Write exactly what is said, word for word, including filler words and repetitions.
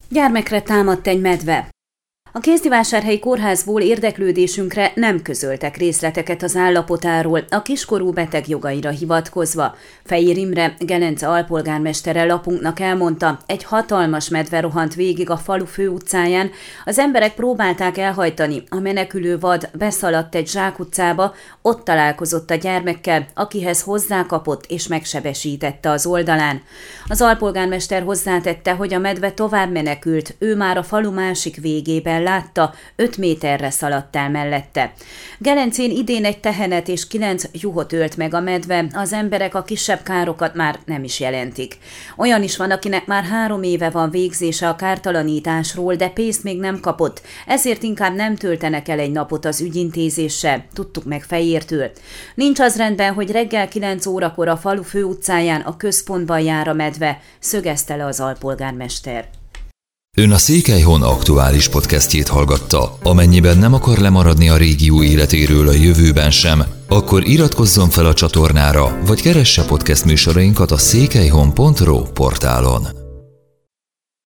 Gyermekre támadt egy medve. A Kézdivásárhelyi kórházból érdeklődésünkre nem közöltek részleteket az állapotáról, a kiskorú beteg jogaira hivatkozva. Fejér Imre, Gelence alpolgármestere lapunknak elmondta, egy hatalmas medve rohant végig a falu főutcáján, az emberek próbálták elhajtani, a menekülő vad beszaladt egy zsákutcába, ott találkozott a gyermekkel, akihez hozzákapott és megsebesítette az oldalán. Az alpolgármester hozzátette, hogy a medve tovább menekült, ő már a falu másik végében látta, öt méterre szaladt el mellette. Gelencén idén egy tehenet és kilenc juhot ölt meg a medve, az emberek a kisebb károkat már nem is jelentik. Olyan is van, akinek már három éve van végzése a kártalanításról, de pénzt még nem kapott, ezért inkább nem töltenek el egy napot az ügyintézéssel, tudtuk meg Fejértől. Nincs az rendben, hogy reggel kilenc órakor a falu főutcáján a központban jár a medve, szögezte le az alpolgármester. Ön a Székelyhon aktuális podcastjét hallgatta. Amennyiben nem akar lemaradni a régió életéről a jövőben sem, akkor iratkozzon fel a csatornára, vagy keresse podcast műsorainkat a székelyhon pont ro portálon.